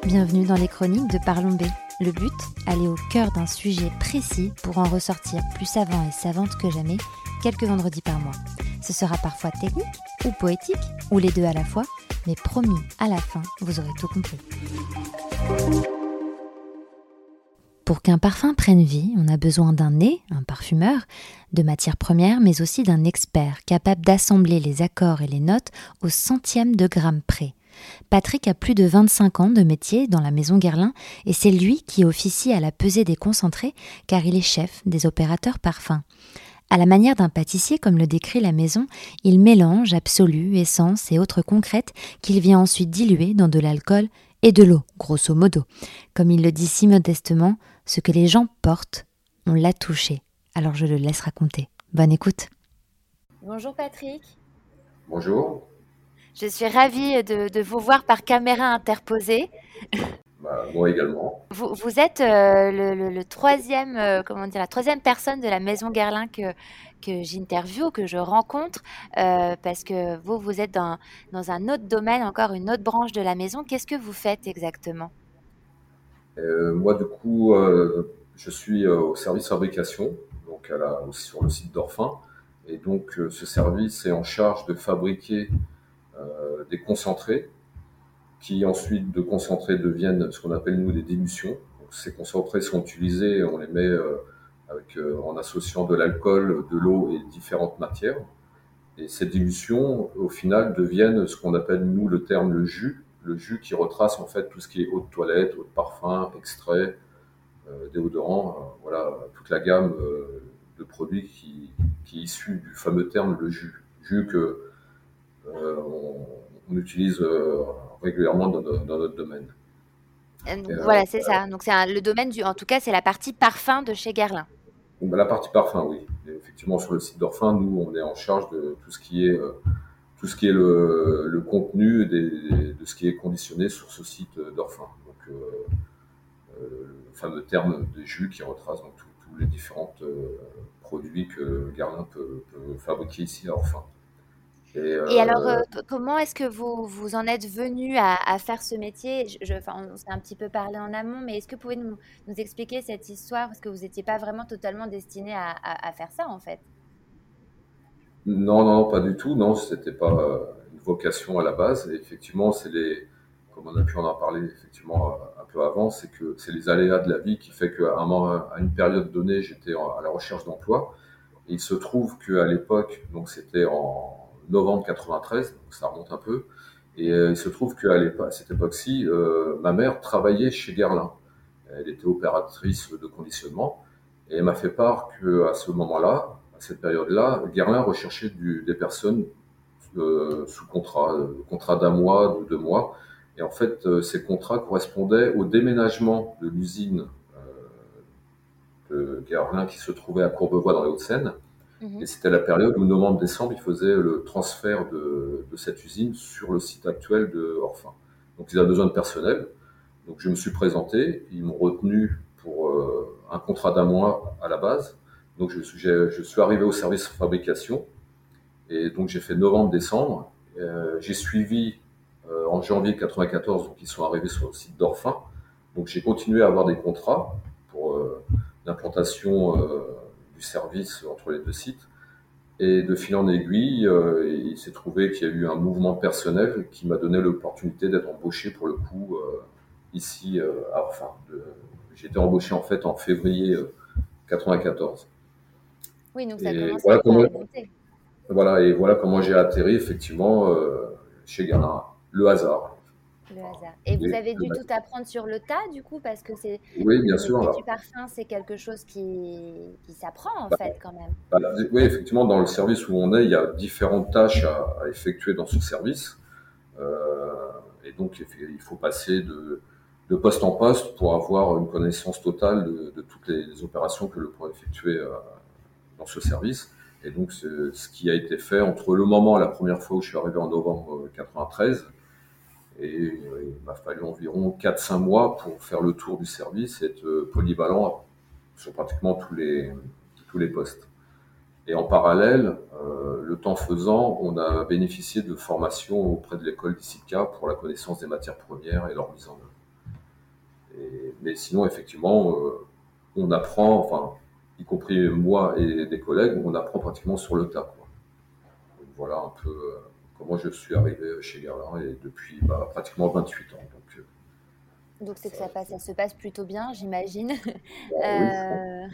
Bienvenue dans les chroniques de Parlons B. Le but, aller au cœur d'un sujet précis pour en ressortir plus savant et savante que jamais, quelques vendredis par mois. Ce sera parfois technique ou poétique, ou les deux à la fois, mais promis, à la fin, vous aurez tout compris. Pour qu'un parfum prenne vie, on a besoin d'un nez, un parfumeur, de matières premières, mais aussi d'un expert capable d'assembler les accords et les notes au centième de gramme près. Patrick a plus de 25 ans de métier dans la maison Guerlain et c'est lui qui officie à la pesée des concentrés car il est chef des opérateurs parfums. À la manière d'un pâtissier, comme le décrit la maison, il mélange absolus, essences et autres concrètes qu'il vient ensuite diluer dans de l'alcool et de l'eau, grosso modo. Comme il le dit si modestement, ce que les gens portent, on l'a touché. Alors je le laisse raconter. Bonne écoute. Bonjour Patrick. Bonjour. Je suis ravie de vous voir par caméra interposée. Moi également. Vous êtes le troisième, la troisième personne de la maison Guerlain que j'interviewe, que je rencontre, parce que vous êtes dans un autre domaine, encore une autre branche de la maison. Qu'est-ce que vous faites exactement ? Moi, du coup, je suis au service fabrication, donc sur le site d'Orphin. Et donc, ce service est en charge de fabriquer des concentrés qui ensuite de concentrés deviennent ce qu'on appelle nous des dilutions. Donc, ces concentrés sont utilisés, on les met en associant de l'alcool, de l'eau et différentes matières. Et ces dilutions, au final, deviennent ce qu'on appelle nous le jus qui retrace en fait tout ce qui est eau de toilette, eau de parfum, extrait, déodorant, voilà, toute la gamme de produits qui est issue du fameux terme le jus que on utilise régulièrement dans notre domaine. Voilà, c'est ça. Donc c'est le domaine en tout cas, c'est la partie parfum de chez Guerlain. La partie parfum, oui. Et effectivement, sur le site d'Orphin, nous, on est en charge de tout ce qui est le contenu de ce qui est conditionné sur ce site d'Orphin. Donc, le fameux terme de jus qui retrace donc tous les différents produits que Guerlain peut fabriquer ici à Orphin. Et alors, comment est-ce que vous en êtes venu à faire ce métier ? On s'est un petit peu parlé en amont, mais est-ce que vous pouvez nous expliquer cette histoire ? Parce que vous n'étiez pas vraiment totalement destiné à faire ça, en fait. Non, pas du tout. Non, c'était pas une vocation à la base. Et effectivement, comme on a pu en parler effectivement un peu avant, c'est que c'est les aléas de la vie qui fait qu'à à une période donnée, j'étais à la recherche d'emploi. Et il se trouve qu'à l'époque, donc c'était en novembre 93, donc ça remonte un peu. Et il se trouve à cette époque-ci, ma mère travaillait chez Guerlain. Elle était opératrice de conditionnement. Et elle m'a fait part qu'à ce moment-là, à cette période-là, Guerlain recherchait des personnes sous contrat d'un mois, de 2 mois. Et en fait, ces contrats correspondaient au déménagement de l'usine de Guerlain qui se trouvait à Courbevoie dans les Hauts-de-Seine. Et c'était la période où, novembre-décembre, ils faisaient le transfert de cette usine sur le site actuel de Orphin. Donc ils avaient besoin de personnel. Donc je me suis présenté, ils m'ont retenu pour un contrat d'un mois à la base. Donc je suis arrivé au service fabrication et donc j'ai fait novembre-décembre. J'ai suivi en janvier 94, donc ils sont arrivés sur le site d'Orphin. Donc j'ai continué à avoir des contrats pour l'implantation du service entre les deux sites. Et de fil en aiguille, il s'est trouvé qu'il y a eu un mouvement personnel qui m'a donné l'opportunité d'être embauché pour le coup ici à Orphin. J'ai été embauché en fait en février 94. Oui, donc ça Et commence à remonter. Et voilà comment j'ai atterri effectivement chez Guerlain. Le hasard. Le hasard. Et vous avez dû tout apprendre sur le tas, du coup, parce que Oui, bien le sûr. métier Là. du parfum, c'est quelque chose qui s'apprend, en fait, quand même. Oui, effectivement, dans le service où on est, il y a différentes tâches à effectuer dans ce service. Et donc, il faut passer de poste en poste pour avoir une connaissance totale de toutes les opérations que l'on pourrait effectuer dans ce service. Et donc, c'est ce qui a été fait entre le moment, la première fois où je suis arrivé en novembre 93, et il m'a fallu environ 4-5 mois pour faire le tour du service et être polyvalent sur pratiquement tous les postes. Et en parallèle, le temps faisant, on a bénéficié de formations auprès de l'école d'ICICA pour la connaissance des matières premières et leur mise en œuvre. Mais sinon, effectivement, on apprend, enfin, y compris moi et des collègues, on apprend pratiquement sur le tas, quoi. Donc, voilà un peu comment je suis arrivé chez Guerlain et depuis pratiquement 28 ans. Donc c'est que ça se passe plutôt bien, j'imagine. Oui. Euh,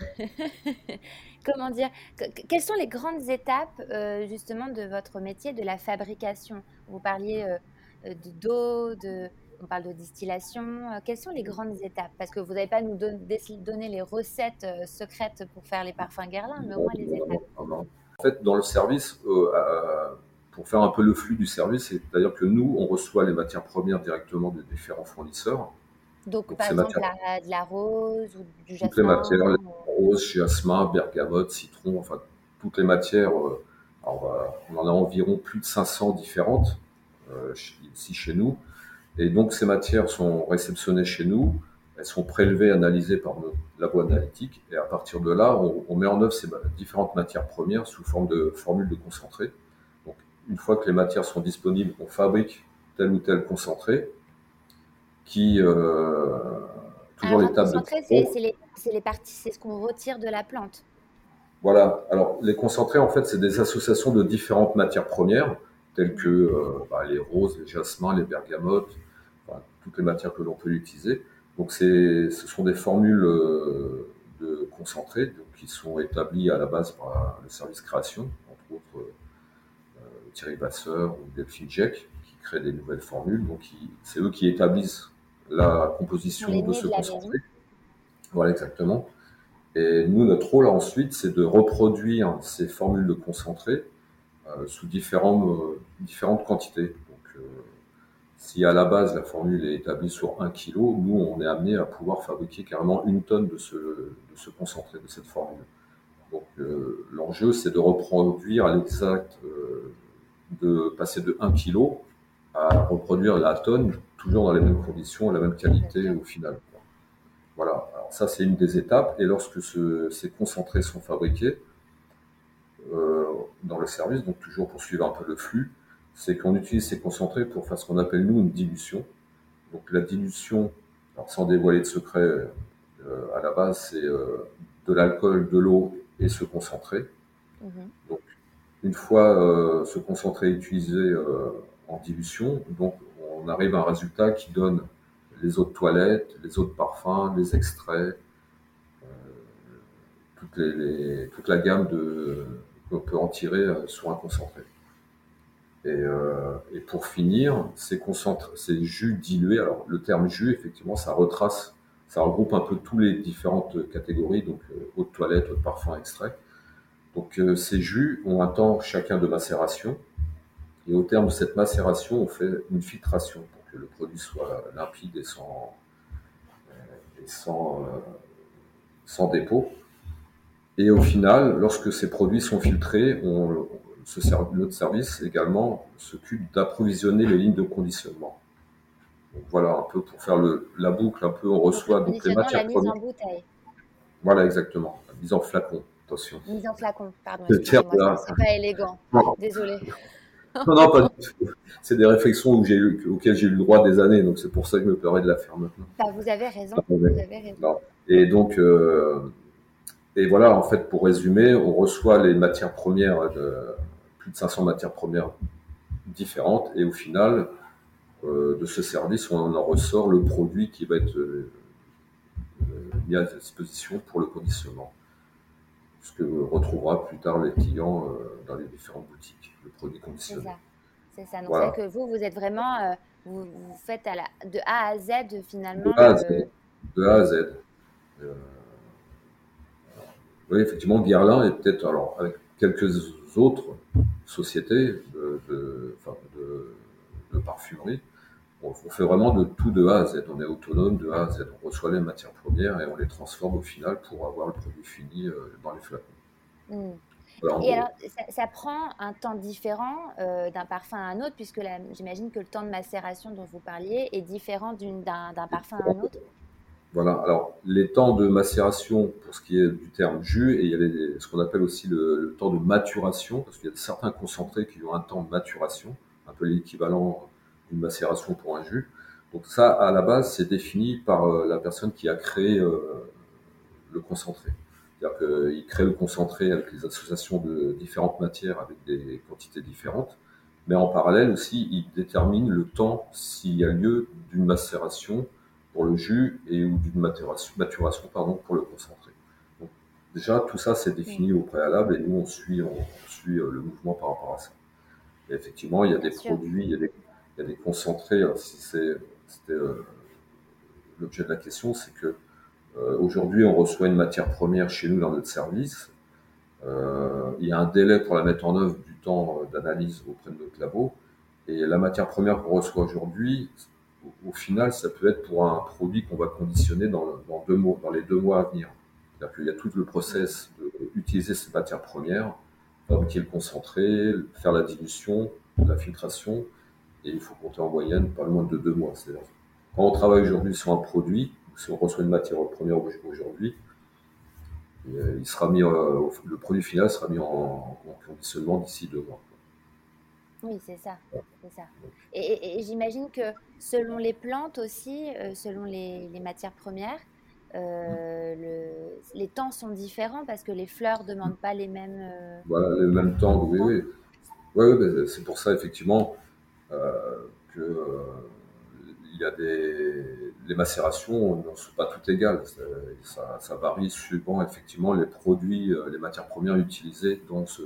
Comment dire? Quelles sont les grandes étapes justement de votre métier, de la fabrication? Vous parliez d'eau, on parle de distillation. Quelles sont les grandes étapes? Parce que vous n'allez pas nous donner les recettes secrètes pour faire les parfums Guerlain, mais au Non, moins les non, étapes. non, non, non. En fait, dans le service, pour faire un peu le flux du service, c'est-à-dire que nous, on reçoit les matières premières directement de différents fournisseurs. Donc Donc, par ces exemple matières, de la rose ou du toutes les jasmin. matières, les roses, jasmin, bergamote, citron, enfin, toutes les matières, alors, on en a environ plus de 500 différentes ici chez nous. Et donc, ces matières sont réceptionnées chez nous, elles sont prélevées, analysées par notre labo analytique, et à partir de là, on met en œuvre ces différentes matières premières sous forme de formules de concentré. Donc, une fois que les matières sont disponibles, on fabrique tel ou tel concentré, qui, toujours Alors un l'étape de concentré, contrôle. c'est les parties, c'est ce qu'on retire de la plante. Voilà. Alors, les concentrés, en fait, c'est des associations de différentes matières premières, telles que Mhm. les roses, les jasmins, les bergamotes, enfin, toutes les matières que l'on peut utiliser. Donc, ce sont des formules de concentrés donc, qui sont établies à la base par le service création, entre autres Thierry Vasseur ou Delphine Jecq, qui créent des nouvelles formules. Donc, c'est eux qui établissent la Ce sont composition les de nez ce de la maison. concentré. Voilà, exactement. Et nous, notre rôle ensuite, c'est de reproduire ces formules de concentré sous différentes quantités. Donc, si à la base la formule est établie sur 1 kg, nous, on est amené à pouvoir fabriquer carrément 1 tonne de ce concentré, de cette formule. Donc, l'enjeu, c'est de reproduire à l'exact, de passer de 1 kg à reproduire la tonne, toujours dans les mêmes conditions et la même Bien qualité sûr. au final. Voilà, alors ça c'est une des étapes. Et lorsque ces concentrés sont fabriqués euh, dans le service, donc toujours pour suivre un peu le flux, c'est qu'on utilise ces concentrés pour faire ce qu'on appelle nous une dilution. Donc la dilution, alors sans dévoiler de secret, à la base c'est de l'alcool, de l'eau et ce concentré. Mhm. Donc une fois ce concentré utilisé en dilution, donc on arrive à un résultat qui donne les eaux de toilette, les eaux de parfum, les extraits, toute la gamme qu'on peut en tirer sur un concentré. Et pour finir, ces jus dilués, alors le terme jus, effectivement, ça retrace, ça regroupe un peu toutes les différentes catégories, donc eau de toilette, eau de parfum, extrait. Donc ces jus ont un temps chacun de macération, et au terme de cette macération, on fait une filtration pour que le produit soit limpide et sans dépôt. Et au final, lorsque ces produits sont filtrés, notre service également s'occupe d'approvisionner les lignes de conditionnement. Donc voilà un peu pour faire la boucle, un peu on Donc le reçoit donc les conditionnement, matières la mise premières. en bouteille, Voilà exactement, la mise en flacon, attention. mise en flacon, pardon, Le terme excusez-moi, là. c'est pas élégant. Non, Désolée. non, pas du tout. C'est des réflexions auxquelles j'ai eu le droit des années, donc c'est pour ça que je me permets de la faire maintenant. Bah, vous avez raison, Non, vous avez raison. non. Et donc, et voilà, en fait, pour résumer, on reçoit les matières premières, plus de 500 matières premières différentes, et au final, de ce service, on en ressort le produit qui va être mis à disposition pour le conditionnement. Ce que retrouvera plus tard les clients dans les différentes boutiques, le produit C'est conditionné. ça. C'est ça. Donc c'est vrai Voilà, que vous êtes vraiment, vous faites de A à Z de finalement A à Z. le. De A à Z. Euh, oui, effectivement, Guerlain est peut-être, alors avec quelques autres sociétés de parfumerie, on fait vraiment de tout de A à Z. On est autonome de A à Z. On reçoit les matières premières et on les transforme au final pour avoir le produit fini dans les flacons. Hmm. Voilà, en Et gros. alors, ça prend un temps différent d'un parfum à un autre, puisque j'imagine que le temps de macération dont vous parliez est différent d'un parfum à un autre. Voilà. Alors, les temps de macération, pour ce qui est du terme jus, et il y a ce qu'on appelle aussi le temps de maturation, parce qu'il y a certains concentrés qui ont un temps de maturation, un peu l'équivalent d'une macération pour un jus. Donc ça, à la base, c'est défini par la personne qui a créé le concentré. C'est-à-dire qu'il crée le concentré avec les associations de différentes matières avec des quantités différentes, mais en parallèle aussi, il détermine le temps s'il y a lieu d'une macération pour le jus et ou d'une maturation pour le concentré. Donc, déjà, tout ça, c'est défini au préalable et nous, on suit le mouvement par rapport à ça. Et effectivement, il y a des produits, il y a des concentrés. Alors, si c'était l'objet de la question, c'est que aujourd'hui, on reçoit une matière première chez nous dans notre service. Il y a un délai pour la mettre en œuvre du temps d'analyse auprès de notre labo. Et la matière première qu'on reçoit aujourd'hui, au final, ça peut être pour un produit qu'on va conditionner dans 2 mois, dans les 2 mois à venir. C'est-à-dire qu'il y a tout le process d'utiliser cette matière première, fabriquer le concentré, faire la dilution, la filtration, et il faut compter en moyenne pas loin de 2 mois. C'est-à-dire, quand on travaille aujourd'hui sur un produit, si on reçoit une matière première aujourd'hui, il sera mis, le produit final sera mis en conditionnement d'ici 2 mois. Oui, c'est ça, c'est ça. Et j'imagine que selon les plantes aussi, selon les matières premières, les temps sont différents parce que les fleurs demandent pas les mêmes Voilà, le même temps, oui, temps. oui. Ouais, ouais, c'est pour ça, effectivement, que il y a les macérations ne sont pas toutes égales. Ça varie suivant, effectivement, les produits, les matières premières utilisées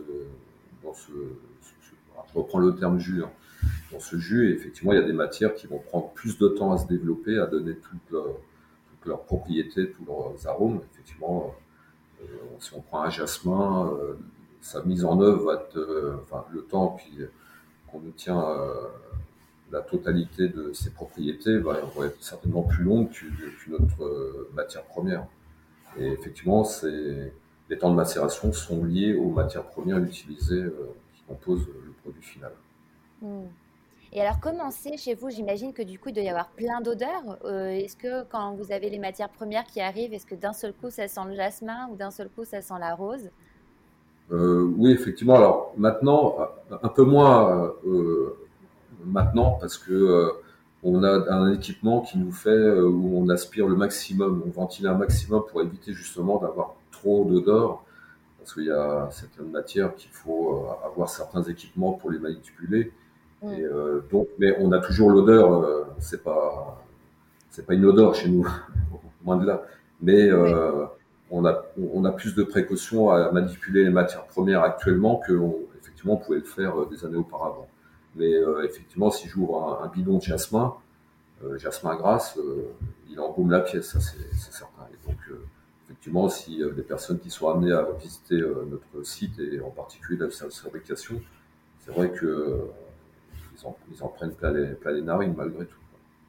je reprends le terme jus, hein. Dans ce jus, et effectivement, il y a des matières qui vont prendre plus de temps à se développer, à donner toutes leurs propriétés, tous leurs arômes. Effectivement, si on prend un jasmin, sa mise en œuvre va être, enfin, le temps qu'on obtient la totalité de ses propriétés va être certainement plus longue qu'une autre matière première. Et effectivement, les temps de macération sont liés aux matières premières utilisées qui composent le produit final. Hmm. Et alors, comment c'est chez vous? J'imagine que du coup, il doit y avoir plein d'odeurs. Est-ce que quand vous avez les matières premières qui arrivent, est-ce que d'un seul coup, ça sent le jasmin ou d'un seul coup, ça sent la rose? Oui, effectivement. Alors maintenant, un peu moins maintenant parce que on a un équipement qui nous fait où on aspire le maximum, on ventile un maximum pour éviter justement d'avoir trop d'odeur, parce qu'il y a certaines matières qu'il faut avoir certains équipements pour les manipuler. Et Hmm. donc, mais on a toujours l'odeur. C'est pas une odeur chez nous, loin de là. Mais Oui. on a plus de précautions à manipuler les matières premières actuellement que effectivement on pouvait le faire des années auparavant. Mais effectivement, si j'ouvre un bidon de jasmin, jasmin grasse, il embaume la pièce, ça c'est certain. Et donc effectivement, si les personnes qui sont amenées à visiter notre site et en particulier la salle de fabrication, c'est vrai que ils en prennent plein les narines malgré tout.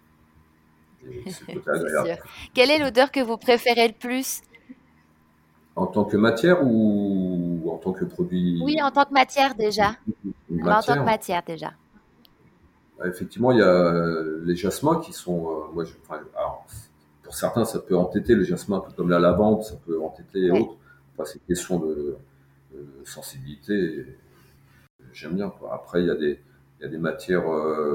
Et c'est le côté C'est agréable. sûr. Quelle est l'odeur que vous préférez le plus? En tant que matière ou en tant que Oui, produit en tant que matière déjà. ou Ah bah, en tant que matière? matière déjà. Effectivement, il y a les jasmins qui sont, enfin, alors, pour certains, ça peut entêter le jasmin, tout comme la lavande, ça peut entêter et Ouais. autres. Enfin, c'est une question de sensibilité. Et j'aime bien, quoi. Après, il y a des matières,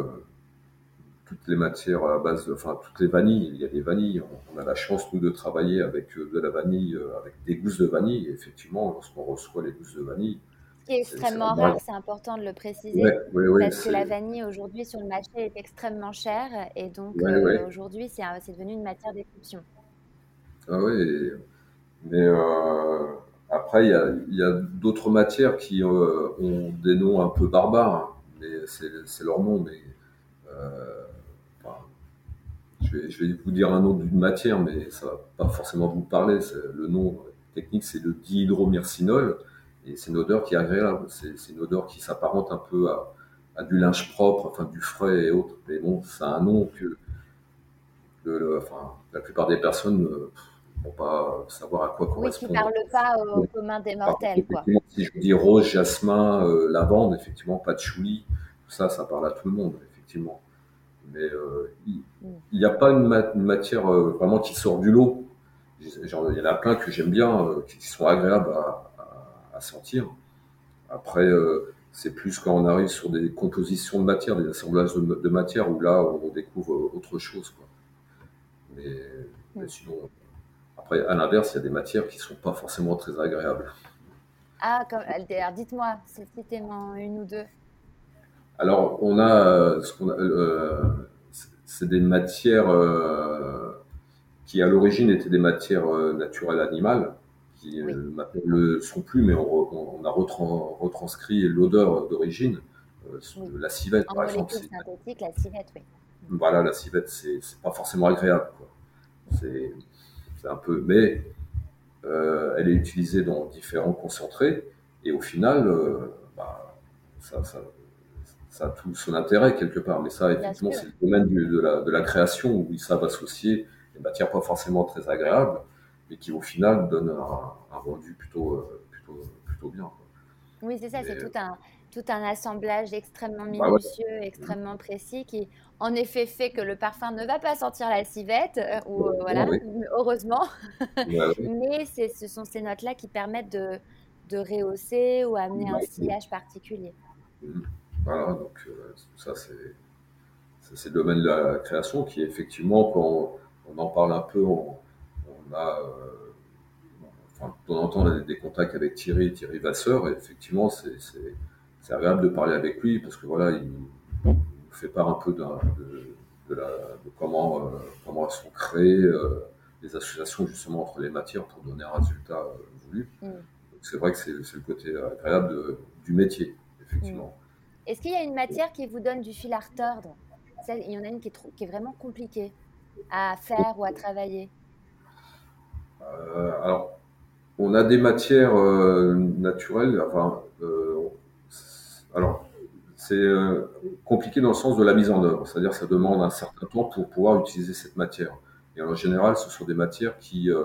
toutes les matières à base enfin, toutes les vanilles. Il y a des vanilles. On a la chance, nous, de travailler avec de la vanille, avec des gousses de vanille. Et effectivement, lorsqu'on reçoit les gousses de vanille, Ce qui est c'est extrêmement vraiment, rare, c'est important de le ouais, préciser, ouais, ouais, parce que la vanille aujourd'hui sur le marché est extrêmement chère et donc ouais, ouais. aujourd'hui c'est devenu une matière d'exception. Ah ouais, mais après, il y a d'autres matières qui ont des noms un peu barbares, hein, mais c'est leur nom. Mais enfin, je vais vous dire un nom d'une matière, mais ça va pas forcément vous parler. Le nom technique, c'est le dihydromyrcinol, et c'est une odeur qui est agréable. C'est une odeur qui s'apparente un peu à du linge propre, enfin du frais et autres. Mais bon, c'est un nom que enfin, la plupart des personnes ne vont pas savoir à quoi Oui, qui correspond. parle pas au Donc, commun des par contre, mortels, quoi. effectivement, si je vous dis rose, jasmin, lavande, effectivement, patchouli, tout ça, ça parle à tout le monde, effectivement. Mais Mm. il n'y a pas une matière vraiment qui sort du lot. Genre, il y en a plein que j'aime bien, qui sont agréables à sentir. Après, C'est plus quand on arrive sur des compositions de matière, des assemblages de matière, où là, on découvre autre chose, quoi. Mais sinon, après, à l'inverse, il y a des matières qui sont pas forcément très agréables. Ah, alors dites-moi, citez-moi une ou deux. Alors, on a c'est des matières qui à l'origine étaient des matières naturelles animales, qui Oui. maintenant ne le sont plus, mais on a retranscrit l'odeur d'origine. Oui. La civette, En par exemple, molécules synthétiques, la civette, oui. voilà, la civette, c'est pas forcément agréable, quoi. C'est un peu, mais elle est utilisée dans différents concentrés, et au final, bah, ça, ça, ça a tout son intérêt quelque part. Mais ça, Bien effectivement, sûr. c'est le domaine de la création où ils savent associer des matières pas forcément très agréables, mais qui au final donnent un rendu plutôt bien, quoi. Oui, c'est ça, c'est Mais, tout un assemblage extrêmement bah ouais. minutieux, extrêmement précis, qui en effet fait que le parfum ne va pas sentir la civette, ou Heureusement, voilà, oui. heureusement. Ouais, ouais. Mais ce sont ces notes-là qui permettent de rehausser ou amener un Ouais. sillage particulier. Mhm. Voilà, donc tout ça, c'est le domaine de la création qui, effectivement, quand on en parle un peu, on a, enfin, de temps en temps, on a des contacts avec Thierry Vasseur, et effectivement, c'est agréable de parler avec lui parce que voilà, il nous fait part un peu de comment elles sont créées, les associations justement entre les matières pour donner un résultat voulu. Mm, Donc, c'est vrai que c'est le côté agréable du métier, mm. effectivement. Est-ce qu'il y a une matière qui vous donne du fil à retordre? Il y en a une qui est vraiment compliquée à faire ou à travailler. Alors, on a des matières naturelles, enfin, alors, c'est compliqué dans le sens de la mise en œuvre, c'est-à-dire que ça demande un certain temps pour pouvoir utiliser cette matière. Et en général, ce sont des matières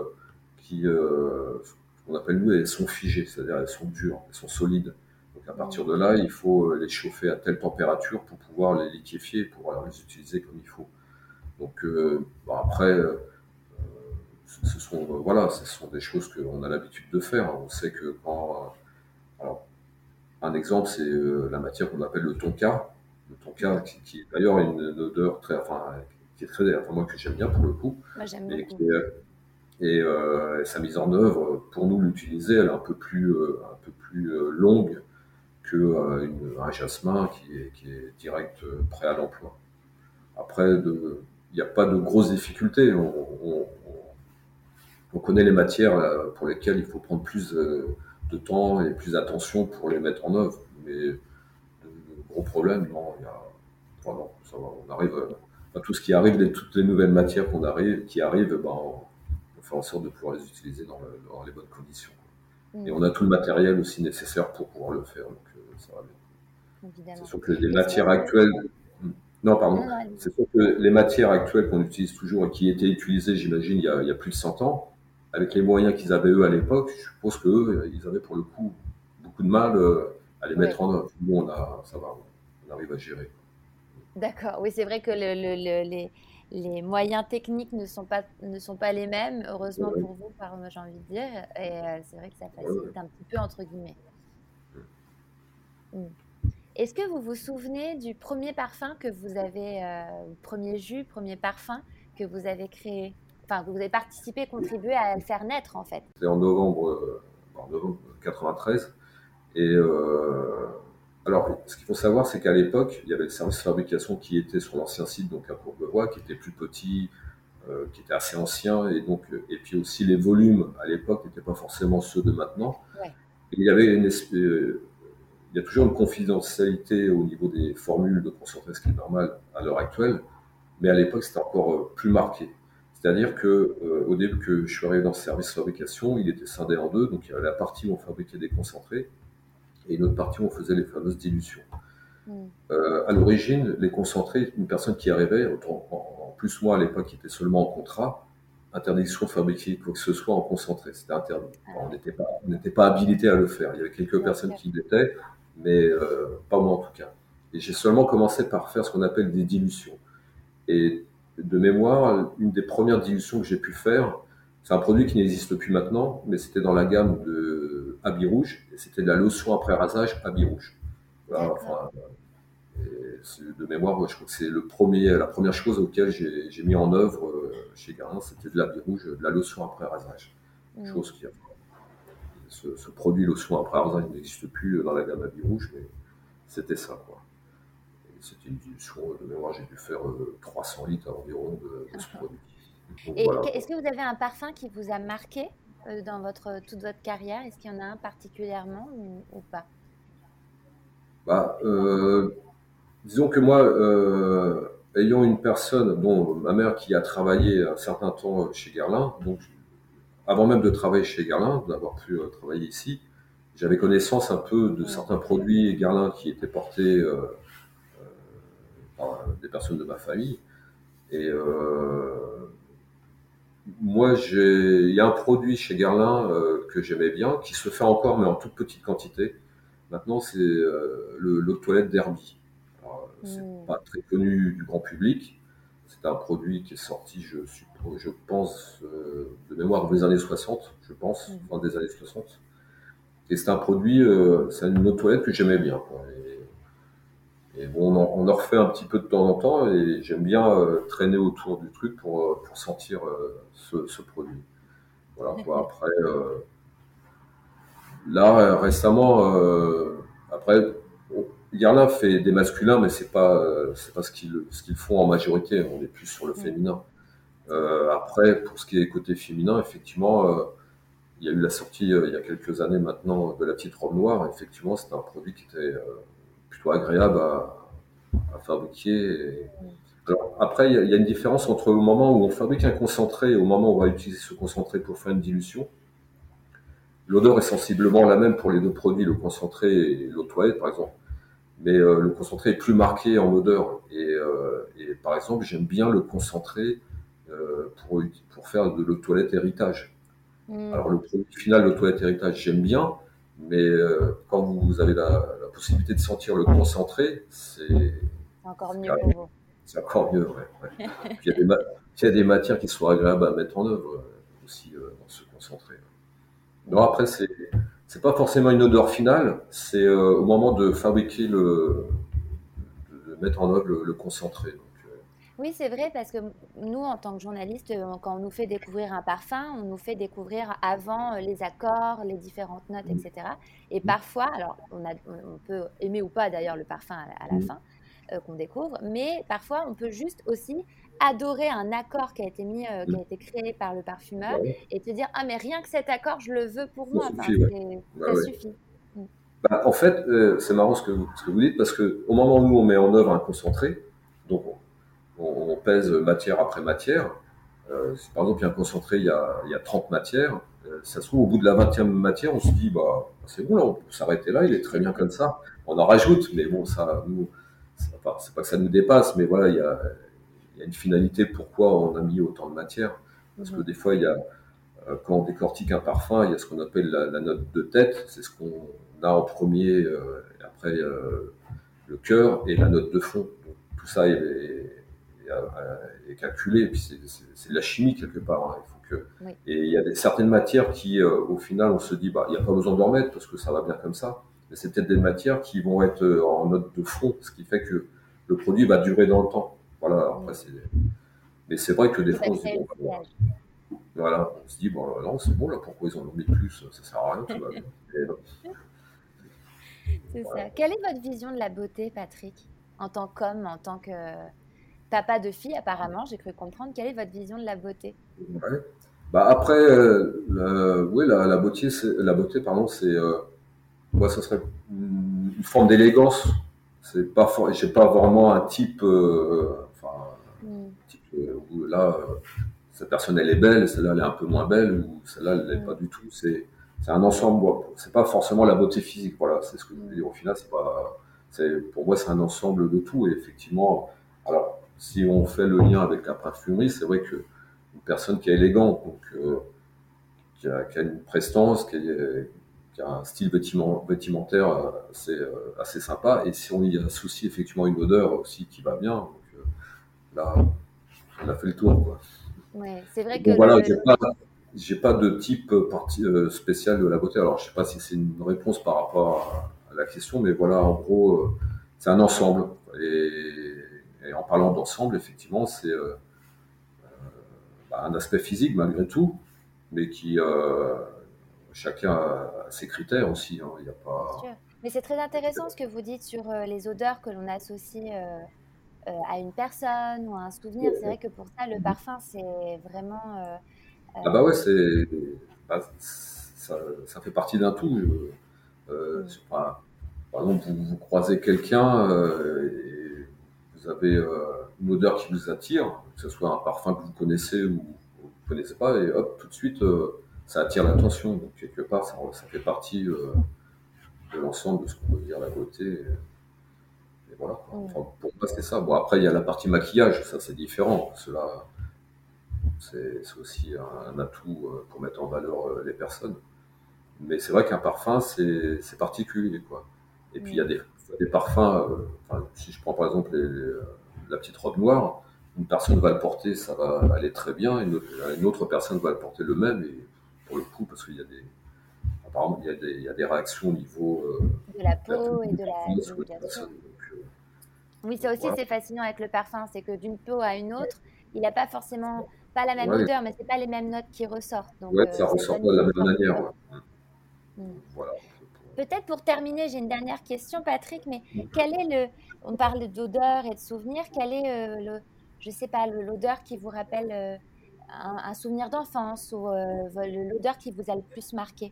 ce qu'on appelle nous, elles sont figées, c'est-à-dire elles sont dures, elles sont solides. Donc à partir Mm, de là, il faut les chauffer à telle température pour pouvoir les liquéfier, pour pouvoir les utiliser comme il faut. Donc bon, après, voilà, ce sont des choses qu'on a l'habitude de faire. On sait que alors, un exemple, c'est la matière qu'on appelle le tonka. Le tonka, oui, qui d'ailleurs a une odeur qui est très, enfin moi que j'aime bien pour le coup, moi j'aime et beaucoup. sa mise en œuvre, pour nous l'utiliser, elle est un peu plus longue que un jasmin qui est direct prêt à l'emploi. Après, il n'y a pas de grosses difficultés. On connaît les matières pour lesquelles il faut prendre plus de temps et plus d'attention pour les mettre en œuvre. Mais de gros problèmes, non, enfin, non, ça va, on arrive, enfin, tout ce qui arrive, toutes les nouvelles matières qui arrivent, ben, on fait en sorte de pouvoir les utiliser dans les bonnes conditions. Et Mm, on a tout le matériel aussi nécessaire pour pouvoir le faire, donc ça va bien. C'est évidemment. sûr que les Est-ce que matières vous... actuelles, non, pardon, Non, non, allez-y. c'est sûr que les matières actuelles qu'on utilise toujours et qui étaient utilisées, j'imagine, il y a plus de 100 ans, avec les moyens qu'ils avaient eux à l'époque, je suppose qu'eux, ils avaient pour le coup beaucoup de mal à les Oui, mettre en œuvre. Nous, ça va, on arrive à gérer. d'accord. Oui, c'est vrai que les moyens techniques ne sont pas les mêmes, heureusement Ouais, pour vous, j'ai envie de dire. Et c'est vrai que ça ouais, ouais. facilite un petit peu, entre guillemets. Mm. Est-ce que vous vous souvenez du premier parfum que vous avez, premier jus, premier parfum que vous avez créé? Enfin, que vous avez participé, contribué à le faire naître, en fait. C'était en novembre 93. Et alors, ce qu'il faut savoir, c'est qu'à l'époque, il y avait le service de fabrication qui était sur l'ancien site, donc à Courbevoie, qui était plus petit, qui était assez ancien, et puis aussi les volumes à l'époque n'étaient pas forcément ceux de maintenant. Ouais. Et il y a toujours une confidentialité au niveau des formules de concentré, ce qui est normal à l'heure actuelle, mais à l'époque c'était encore plus marqué. C'est-à-dire que au début que je suis arrivé dans ce service de fabrication, il était scindé en deux, donc il y avait la partie où on fabriquait des concentrés et une autre partie où on faisait les fameuses dilutions. Mm. À l'origine, les concentrés, une personne qui arrivait, en plus moi à l'époque qui était seulement en contrat, interdiction de fabriquer quoi que ce soit en concentré, c'était interdit. Ah Enfin, ouais, on n'était pas habilité à le faire. Il y avait quelques bien personnes sûr. qui l'étaient, mais pas moi en tout cas. Et j'ai seulement commencé par faire ce qu'on appelle des dilutions. Et de mémoire, une des premières dilutions que j'ai pu faire, c'est un produit qui n'existe plus maintenant, mais c'était dans la gamme de Habit Rouge, et c'était de la lotion après rasage Habit Rouge. Voilà, D'accord. enfin, de mémoire, je crois que c'est la première chose auquel j'ai mis en œuvre chez Guerlain, c'était de l'habit rouge, de la lotion après rasage. Chose qui, ce produit lotion après rasage n'existe plus dans la gamme habit rouge, mais c'était ça, quoi. Et c'était une dilution, de mémoire, j'ai dû faire 300 litres environ de ce produit. Donc Et voilà, est-ce quoi. que vous avez un parfum qui vous a marqué dans toute votre carrière? Est-ce qu'il y en a un particulièrement ou pas? Bah, disons que moi, ayant une personne dont ma mère qui a travaillé un certain temps chez Guerlain, donc avant même de travailler chez Guerlain, d'avoir pu travailler ici, j'avais connaissance un peu de Mm. certains produits Guerlain qui étaient portés par des personnes de ma famille. Et moi, il y a un produit chez Guerlain que j'aimais bien, qui se fait encore, mais en toute petite quantité. Maintenant, c'est l'eau de toilette d'Herbie. Alors, c'est Mm. pas très connu du grand public. C'est un produit qui est sorti, je pense, de mémoire dans les années 60, je pense, Mhm. fin des années 60. Et c'est un produit, c'est une eau de toilette que j'aimais bien, quoi. Et bon, on en refait un petit peu de temps en temps, et j'aime bien traîner autour du truc pour sentir ce produit. Voilà, quoi. Après, là, récemment, après, Guerlain fait des masculins, mais c'est pas ce qu'ils font en majorité. On est plus sur le Mm. féminin. C'est vrai. Après, pour ce qui est côté féminin, effectivement, il y a eu la sortie il y a quelques années maintenant de la petite robe noire. Effectivement, c'était un produit qui était plutôt agréable à fabriquer. Mm. Alors, après, il y a une différence entre le moment où on fabrique un concentré et au moment où on va utiliser ce concentré pour faire une dilution. L'odeur est sensiblement la même pour les deux produits, le concentré et l'eau de toilette, par exemple. Mais le concentré est plus marqué en odeur. Et par exemple, j'aime bien le concentré pour faire de l'eau de toilette héritage. Alors, Mm. le produit final, l'eau de toilette héritage, j'aime bien. Mais quand vous avez la possibilité de sentir le concentré, C'est encore mieux carrément. pour vous. C'est encore mieux, ouais, ouais. Puis il y a des matières qui sont agréables à mettre en œuvre aussi dans ce concentré. Non, Mm. après, c'est pas forcément une odeur finale, c'est au moment de fabriquer de mettre en œuvre le concentré. Donc, Oui, c'est vrai, parce que nous, en tant que journalistes, quand on nous fait découvrir un parfum, on nous fait découvrir avant les accords, les différentes notes, etc. Et parfois, alors on peut aimer ou pas d'ailleurs le parfum à la mm, fin qu'on découvre, mais parfois on peut juste aussi adorer un accord qui a été qui mm, a été créé par le parfumeur voilà, et te dire, ah mais rien que cet accord, je le veux pour ça moi. Enfin, suffit, ouais. Ouais, ça ouais. suffit. Mm. Bah, en fait, c'est marrant ce que vous dites, parce que au moment où nous on met en œuvre un concentré, donc on pèse matière après matière. Si par exemple il y a un concentré, il y a 30 matières, ça se trouve au bout de la 20e matière, on se dit bah c'est bon là, on peut s'arrêter là, il est très bien comme ça. On en rajoute, mais bon ça nous, enfin, c'est pas que ça nous dépasse, mais voilà il y a une finalité pourquoi on a mis autant de matière. Parce que Mhm. des fois il y a quand on décortique un parfum, il y a ce qu'on appelle la note de tête, c'est ce qu'on a en premier, et après le cœur et la note de fond. Donc, tout ça est calculé, et puis c'est de la chimie quelque part, hein. Il faut que... Oui. Et il y a certaines matières qui, au final, on se dit, bah, il n'y a pas besoin de leur mettre parce que ça va bien comme ça. Mais c'est peut-être des matières qui vont être en note de fond, ce qui fait que le produit va durer dans le temps. Voilà, après, Mm. mais c'est vrai que des Oui, ça fois, on se dit, crée bon, le bah, sillage. voilà, on se dit, bon, non, c'est bon, là, pourquoi ils en ont mis plus? Ça sert à rien, tout va bien. Et non, C'est voilà. ça. Quelle est votre vision de la beauté, Patrick? En tant qu'homme, en tant que papa de fille, apparemment, j'ai cru comprendre. Quelle est votre vision de la beauté? Ouais. Bah après, oui, la beauté, pardon, moi, ça serait une forme d'élégance. J'ai pas vraiment un type, enfin, Mm, type où là, cette personne elle est belle, celle-là elle est un peu moins belle, ou celle-là elle l'est pas mm, du tout. C'est un ensemble. Bon, c'est pas forcément la beauté physique. Voilà, c'est ce que je voulais mm. dire. Au final, pour moi, c'est un ensemble de tout. Et effectivement, alors, si on fait le lien avec la parfumerie, c'est vrai que une personne qui est élégante, donc qui a une prestance, qui a un style vestimentaire assez sympa. Et si on y associe effectivement une odeur aussi qui va bien, donc, là, on a fait le tour, quoi. Ouais, c'est vrai que Bon, voilà, j'ai pas de type spécial de la beauté. Alors, je sais pas si c'est une réponse par rapport à la question, mais voilà, en gros, c'est un ensemble. Et en parlant d'ensemble, effectivement, c'est un aspect physique malgré tout, mais qui chacun a ses critères aussi. Hein, il y a pas. Bien sûr. Mais c'est très intéressant ce que vous dites sur les odeurs que l'on associe à une personne ou à un souvenir. C'est vrai que pour ça, le parfum, c'est vraiment. Ah bah ouais, ça fait partie d'un tout. Mm. Par exemple, vous croisez quelqu'un et vous avez une odeur qui vous attire, que ce soit un parfum que vous connaissez ou que vous ne connaissez pas, et hop, tout de suite, ça attire l'attention. Donc, quelque part, ça fait partie de l'ensemble de ce qu'on peut dire la beauté. Et voilà, quoi. Mm. Enfin, pour moi, c'est ça. Bon, après, il y a la partie maquillage, ça, c'est différent. Cela, c'est aussi un atout pour mettre en valeur les personnes. Mais c'est vrai qu'un parfum, c'est particulier, quoi. Et puis il y a Mm. des parfums, enfin, si je prends par exemple la petite robe noire, une personne va le porter, ça va aller très bien, une autre personne va le porter le même, et pour le coup, parce qu'il y a apparemment, il y a des réactions au niveau De la de la peau et tenue du de la. parfum sur Oui, les bien sûr. personnes. Donc, Oui, ça aussi, voilà. c'est fascinant avec le parfum. C'est que d'une peau à une autre, il n'a pas forcément. Pas la même Ouais, odeur, mais c'est pas les mêmes notes qui ressortent. Donc, ouais, ça ça ressort donne pas de une la même forme manière. différente. Ouais. Mm. Voilà. Peut-être pour terminer, j'ai une dernière question, Patrick, mais quel est on parle d'odeur et de souvenirs, quel est je sais pas, l'odeur qui vous rappelle un souvenir d'enfance ou l'odeur qui vous a le plus marqué?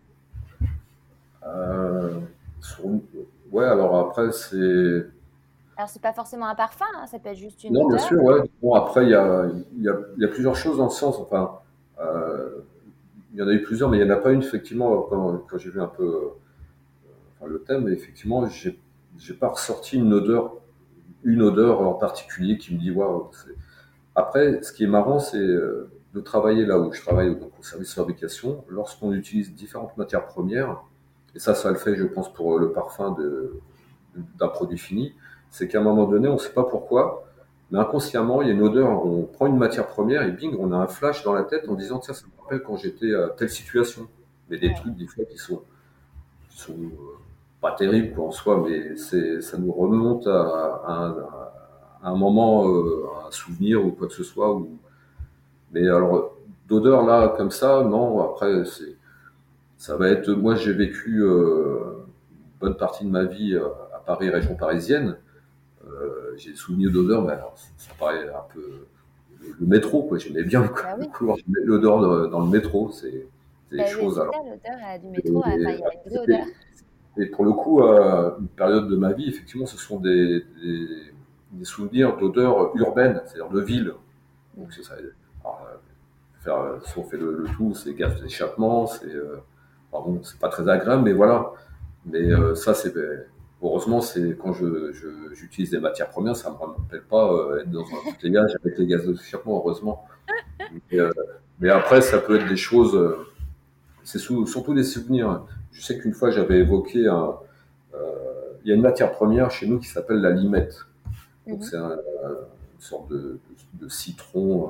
Euh, sur- ouais, alors après, c'est. Alors, c'est pas forcément un parfum, hein, ça peut être juste une Non, bien odeur. sûr, ouais. Bon, après, il y a plusieurs choses dans ce sens. Enfin, euh, il y en a eu plusieurs, mais il n'y en a pas une, effectivement, quand j'ai vu un peu enfin, le thème, effectivement, j'ai pas ressorti une odeur en particulier qui me dit, waouh. Après, ce qui est marrant, c'est de travailler là où je travaille, donc au service de fabrication, lorsqu'on utilise différentes matières premières, et ça le fait, je pense, pour le parfum d'un produit fini, c'est qu'à un moment donné, on ne sait pas pourquoi, mais inconsciemment, il y a une odeur, on prend une matière première et bing, on a un flash dans la tête en disant, tiens, ça me rappelle quand j'étais à telle situation. Mais des Ouais. trucs, des fois, qui sont pas terribles quoi, en soi, mais ça nous remonte à un moment, un souvenir ou quoi que ce soit. Mais alors, d'odeur là, comme ça, non, après, ça va être, moi j'ai vécu une bonne partie de ma vie à Paris, région parisienne. J'ai des souvenirs d'odeur, mais alors, ça paraît un peu le métro, quoi. J'aimais bien Bah le oui, couloir, l'odeur dans le métro, c'est des bah oui, choses. c'est Alors, ça l'odeur du métro. Enfin, et, il y a une vraie odeur. et pour le coup, une période de ma vie, effectivement, ce sont des souvenirs d'odeur urbaine, c'est-à-dire de ville. Donc Mm. c'est ça. Alors, si on fait le tout, c'est gaz d'échappement, enfin bon, c'est pas très agréable, mais voilà. Mais ça, heureusement, c'est quand j'utilise des matières premières, ça me rappelle pas être dans un embouteillage avec les gaz d'échappement, heureusement. Mais, euh, mais après, ça peut être des choses, surtout des souvenirs. Je sais qu'une fois, j'avais évoqué il y a une matière première chez nous qui s'appelle la limette. Donc Mhm. c'est une sorte de citron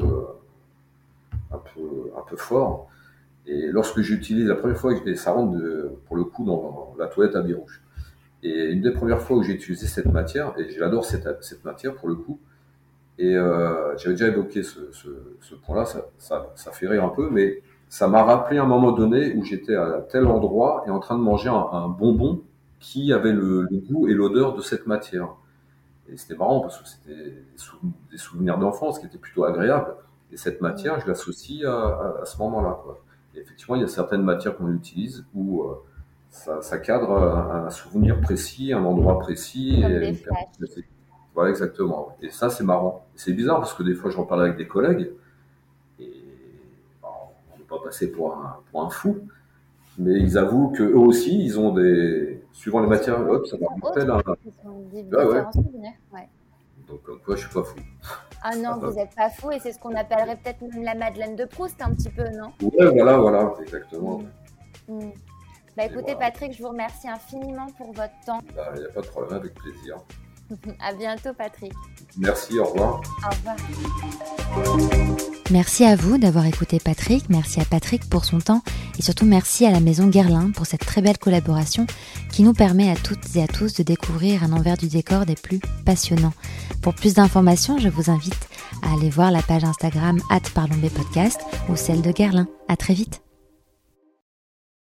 un peu fort. Et lorsque j'utilise la première fois, et ça rentre pour le coup dans la toilette à billes rouges. Et une des premières fois où j'ai utilisé cette matière, et j'adore cette matière pour le coup, et j'avais déjà évoqué ce point-là, ça fait rire un peu, mais ça m'a rappelé un moment donné où j'étais à tel endroit et en train de manger un bonbon qui avait le goût et l'odeur de cette matière. Et c'était marrant parce que c'était des souvenirs d'enfance qui étaient plutôt agréables. Et cette Mm. matière, je l'associe à ce moment-là, quoi. Et effectivement, il y a certaines matières qu'on utilise où ça cadre un souvenir précis, un endroit précis Comme et des une personne flashs. précise. Voilà, exactement. Et ça, c'est marrant. C'est bizarre parce que des fois, j'en parle avec des collègues et bon, on ne peut pas passer pour un fou, mais ils avouent qu'eux aussi, ils ont suivant les Des matières, souvenirs hop, qui ça leur sont rappelle autres, un. qui sont Ouais, ouais. différents souvenirs. Ouais. Donc, comme quoi, je suis pas fou. Ah non, vous n'êtes pas fou et c'est ce qu'on appellerait peut-être même la Madeleine de Proust un petit peu, non? Ouais, voilà, exactement. Mm. Mm. Bah Et écoutez voilà, Patrick, je vous remercie infiniment pour votre temps. il n'y a pas de problème, avec plaisir. À bientôt, Patrick. Merci, au revoir. Au revoir. Merci à vous d'avoir écouté Patrick, merci à Patrick pour son temps et surtout merci à la Maison Guerlain pour cette très belle collaboration qui nous permet à toutes et à tous de découvrir un envers du décor des plus passionnants. Pour plus d'informations, je vous invite à aller voir la page Instagram @parlonsbpodcast ou celle de Guerlain. À très vite.